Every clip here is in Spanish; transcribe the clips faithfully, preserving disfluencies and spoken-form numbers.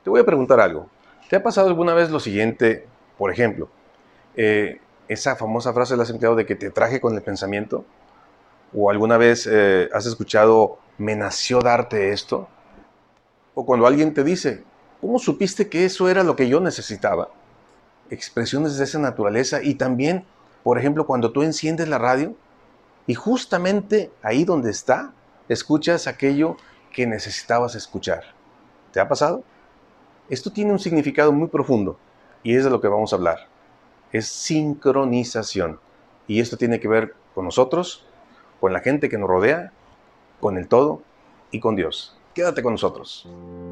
Te voy a preguntar algo. ¿Te ha pasado alguna vez lo siguiente? Por ejemplo, eh, esa famosa frase la has empleado de que te traje con el pensamiento. ¿O alguna vez eh, has escuchado, me nació darte esto? O cuando alguien te dice, ¿cómo supiste que eso era lo que yo necesitaba? Expresiones de esa naturaleza. Y también, por ejemplo, cuando tú enciendes la radio y justamente ahí donde está, escuchas aquello que necesitabas escuchar. ¿Te ha pasado? Esto tiene un significado muy profundo y es de lo que vamos a hablar. Es sincronización. Y esto tiene que ver con nosotros, con la gente que nos rodea, con el todo y con Dios. Quédate con nosotros.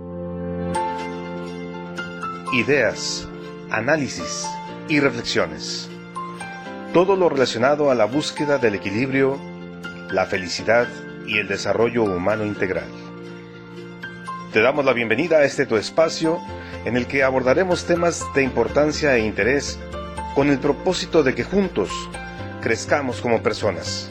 Ideas, análisis y reflexiones. Todo lo relacionado a la búsqueda del equilibrio, la felicidad y el desarrollo humano integral. Te damos la bienvenida a este tu espacio en el que abordaremos temas de importancia e interés con el propósito de que juntos crezcamos como personas.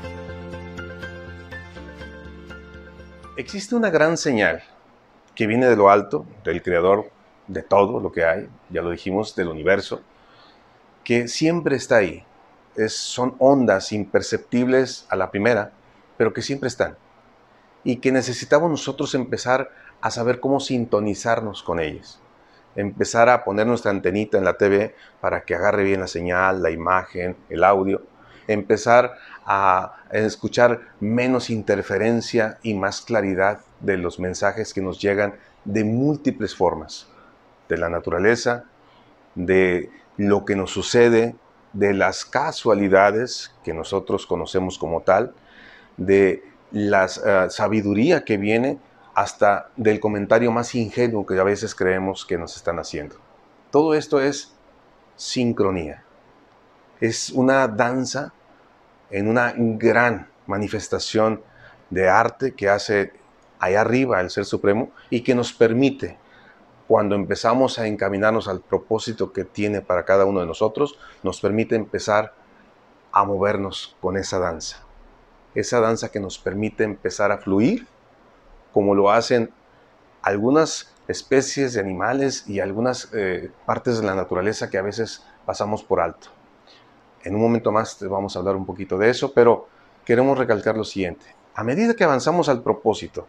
Existe una gran señal que viene de lo alto, del creador de todo lo que hay, ya lo dijimos, del universo, que siempre está ahí. Es, son ondas imperceptibles a la primera, pero que siempre están. Y que necesitamos nosotros empezar a saber cómo sintonizarnos con ellas. Empezar a poner nuestra antenita en la T V para que agarre bien la señal, la imagen, el audio. Empezar a escuchar menos interferencia y más claridad de los mensajes que nos llegan de múltiples formas. De la naturaleza, de lo que nos sucede, de las casualidades que nosotros conocemos como tal, de la uh, sabiduría que viene hasta del comentario más ingenuo que a veces creemos que nos están haciendo. Todo esto es sincronía. Es una danza en una gran manifestación de arte que hace allá arriba el Ser Supremo y que nos permite, cuando empezamos a encaminarnos al propósito que tiene para cada uno de nosotros, nos permite empezar a movernos con esa danza. Esa danza que nos permite empezar a fluir, como lo hacen algunas especies de animales y algunas eh, partes de la naturaleza que a veces pasamos por alto. En un momento más te vamos a hablar un poquito de eso, pero queremos recalcar lo siguiente. A medida que avanzamos al propósito,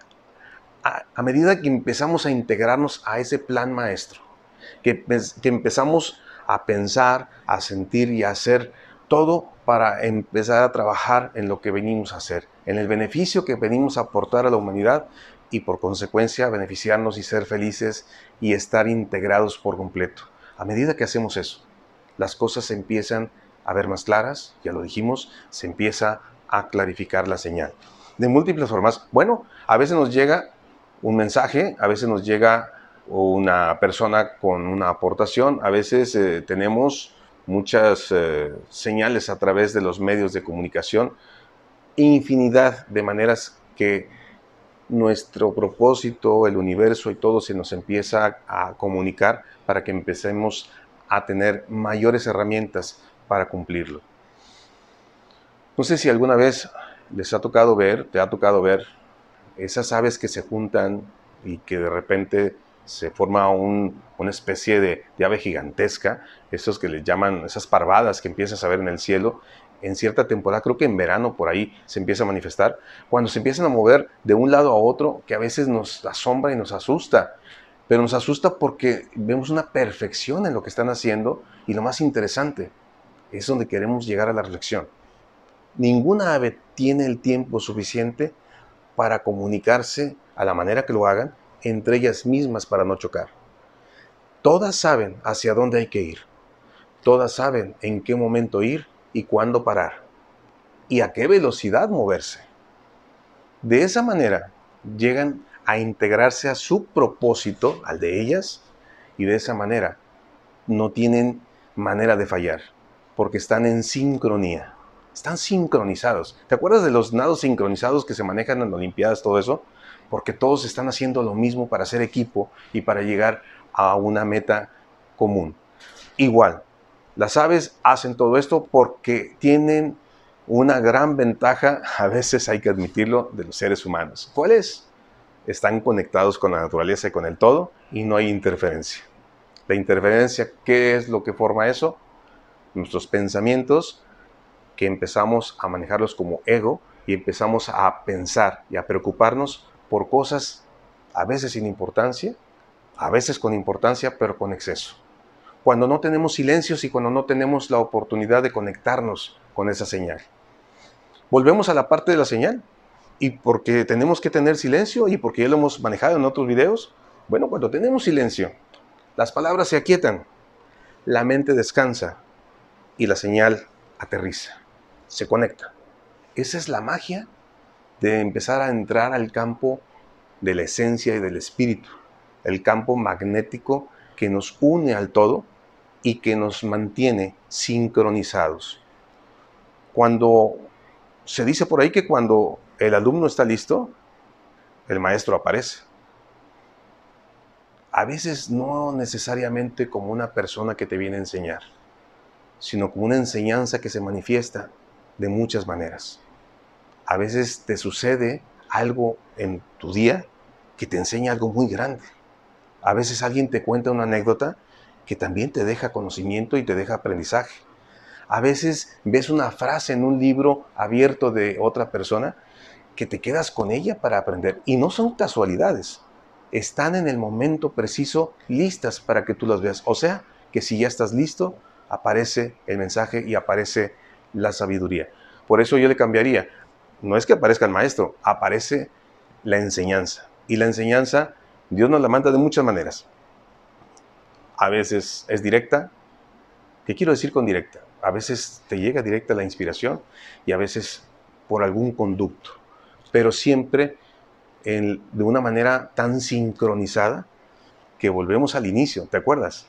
a, a medida que empezamos a integrarnos a ese plan maestro, que, que empezamos a pensar, a sentir y a hacer todo para empezar a trabajar en lo que venimos a hacer, en el beneficio que venimos a aportar a la humanidad y por consecuencia beneficiarnos y ser felices y estar integrados por completo. A medida que hacemos eso, las cosas se empiezan a ver más claras, ya lo dijimos, se empieza a clarificar la señal. De múltiples formas, bueno, a veces nos llega un mensaje, a veces nos llega una persona con una aportación, a veces eh, tenemos muchas eh, señales a través de los medios de comunicación, infinidad de maneras que nuestro propósito, el universo y todo se nos empieza a comunicar para que empecemos a tener mayores herramientas para cumplirlo. No sé si alguna vez les ha tocado ver, te ha tocado ver esas aves que se juntan y que de repente se forma un, una especie de, de ave gigantesca, esos que les llaman, esas parvadas que empiezas a ver en el cielo, en cierta temporada, creo que en verano por ahí se empieza a manifestar, cuando se empiezan a mover de un lado a otro, que a veces nos asombra y nos asusta, pero nos asusta porque vemos una perfección en lo que están haciendo y lo más interesante, es donde queremos llegar a la reflexión. Ninguna ave tiene el tiempo suficiente para comunicarse a la manera que lo hagan entre ellas mismas para no chocar. Todas saben hacia dónde hay que ir. Todas saben en qué momento ir y cuándo parar. Y a qué velocidad moverse. De esa manera llegan a integrarse a su propósito, al de ellas, y de esa manera no tienen manera de fallar, porque están en sincronía. Están sincronizados. ¿Te acuerdas de los nados sincronizados que se manejan en Olimpiadas, todo eso? Porque todos están haciendo lo mismo para hacer equipo y para llegar a una meta común. Igual, las aves hacen todo esto porque tienen una gran ventaja, a veces hay que admitirlo, de los seres humanos. ¿Cuál es? están conectados con la naturaleza y con el todo y no hay interferencia. La interferencia, ¿qué es lo que forma eso? Nuestros pensamientos, que empezamos a manejarlos como ego y empezamos a pensar y a preocuparnos por cosas a veces sin importancia, a veces con importancia, pero con exceso. Cuando no tenemos silencios y cuando no tenemos la oportunidad de conectarnos con esa señal. Volvemos a la parte de la señal. ¿Y porque tenemos que tener silencio? ¿Y porque ya lo hemos manejado en otros videos? Bueno, cuando tenemos silencio, las palabras se aquietan, la mente descansa y la señal aterriza, se conecta. Esa es la magia de empezar a entrar al campo de la esencia y del espíritu, el campo magnético que nos une al todo y que nos mantiene sincronizados. Cuando se dice por ahí que cuando el alumno está listo, el maestro aparece. A veces no necesariamente como una persona que te viene a enseñar, sino como una enseñanza que se manifiesta de muchas maneras. A veces te sucede algo en tu día que te enseña algo muy grande. A veces alguien te cuenta una anécdota que también te deja conocimiento y te deja aprendizaje. A veces ves una frase en un libro abierto de otra persona que te quedas con ella para aprender. Y no son casualidades. Están en el momento preciso, listas para que tú las veas. O sea, que si ya estás listo, aparece el mensaje y aparece la sabiduría. Por eso yo le cambiaría. No es que aparezca el maestro, aparece la enseñanza. Y la enseñanza, Dios nos la manda de muchas maneras. A veces es directa. ¿Qué quiero decir con directa? A veces te llega directa la inspiración y a veces por algún conducto. Pero siempre en, de una manera tan sincronizada que volvemos al inicio. ¿Te acuerdas?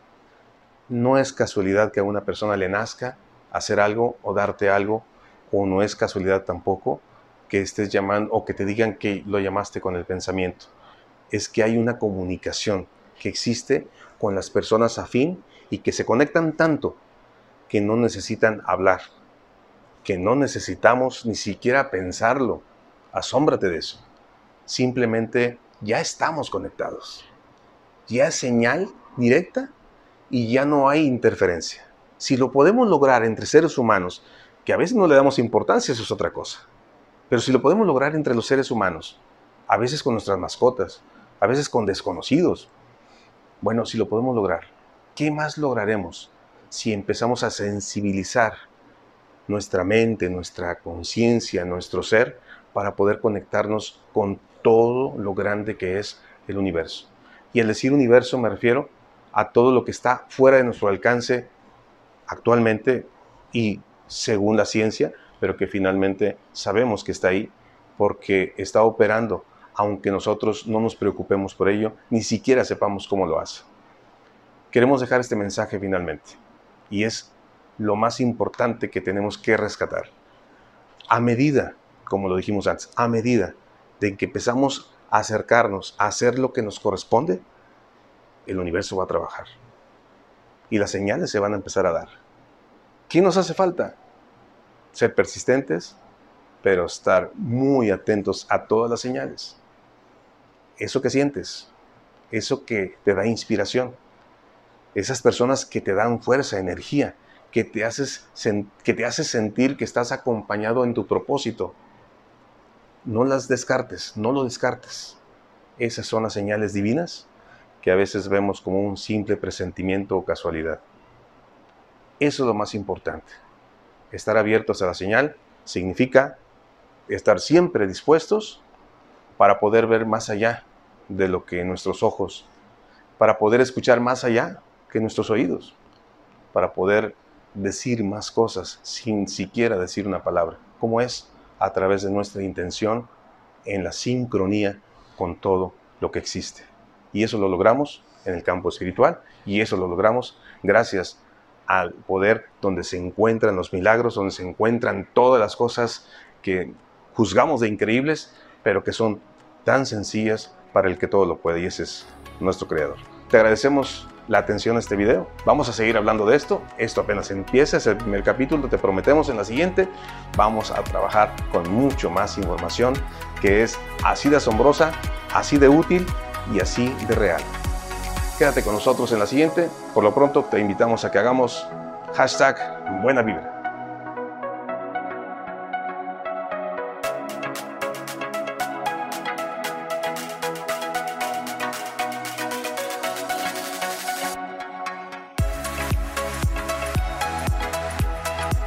No es casualidad que a una persona le nazca hacer algo o darte algo, o no es casualidad tampoco que estés llamando o que te digan que lo llamaste con el pensamiento. Es que hay una comunicación que existe con las personas afín y que se conectan tanto que no necesitan hablar, que no necesitamos ni siquiera pensarlo. Asómbrate de eso. Simplemente ya estamos conectados. Ya es señal directa y ya no hay interferencia. Si lo podemos lograr entre seres humanos, que a veces no le damos importancia, eso es otra cosa. Pero si lo podemos lograr entre los seres humanos, a veces con nuestras mascotas, a veces con desconocidos, bueno, si lo podemos lograr, ¿qué más lograremos si empezamos a sensibilizar nuestra mente, nuestra conciencia, nuestro ser, para poder conectarnos con todo lo grande que es el universo? Y al decir universo me refiero a todo lo que está fuera de nuestro alcance actualmente y según la ciencia, pero que finalmente sabemos que está ahí porque está operando, aunque nosotros no nos preocupemos por ello, ni siquiera sepamos cómo lo hace. Queremos dejar este mensaje finalmente, y es lo más importante que tenemos que rescatar. A medida, como lo dijimos antes, a medida de que empezamos a acercarnos a hacer lo que nos corresponde, el universo va a trabajar y las señales se van a empezar a dar. ¿Qué nos hace falta? Ser persistentes, pero estar muy atentos a todas las señales. Eso que sientes, eso que te da inspiración, esas personas que te dan fuerza, energía, que te haces, que te haces sentir que estás acompañado en tu propósito. No las descartes, no lo descartes. Esas son las señales divinas que a veces vemos como un simple presentimiento o casualidad. Eso es lo más importante. Estar abiertos a la señal significa estar siempre dispuestos para poder ver más allá de lo que nuestros ojos, para poder escuchar más allá que nuestros oídos, para poder decir más cosas sin siquiera decir una palabra, como es a través de nuestra intención en la sincronía con todo lo que existe. Y eso lo logramos en el campo espiritual y eso lo logramos gracias al poder donde se encuentran los milagros, donde se encuentran todas las cosas que juzgamos de increíbles, pero que son tan sencillas para el que todo lo puede, y ese es nuestro Creador. Te agradecemos la atención a este video. Vamos a seguir hablando de esto. Esto apenas empieza, es el primer capítulo. Te prometemos en la siguiente vamos a trabajar con mucho más información que es así de asombrosa así de útil y así de real. Quédate con nosotros en la siguiente. Por lo pronto te invitamos a que hagamos hashtag Buena Vibra.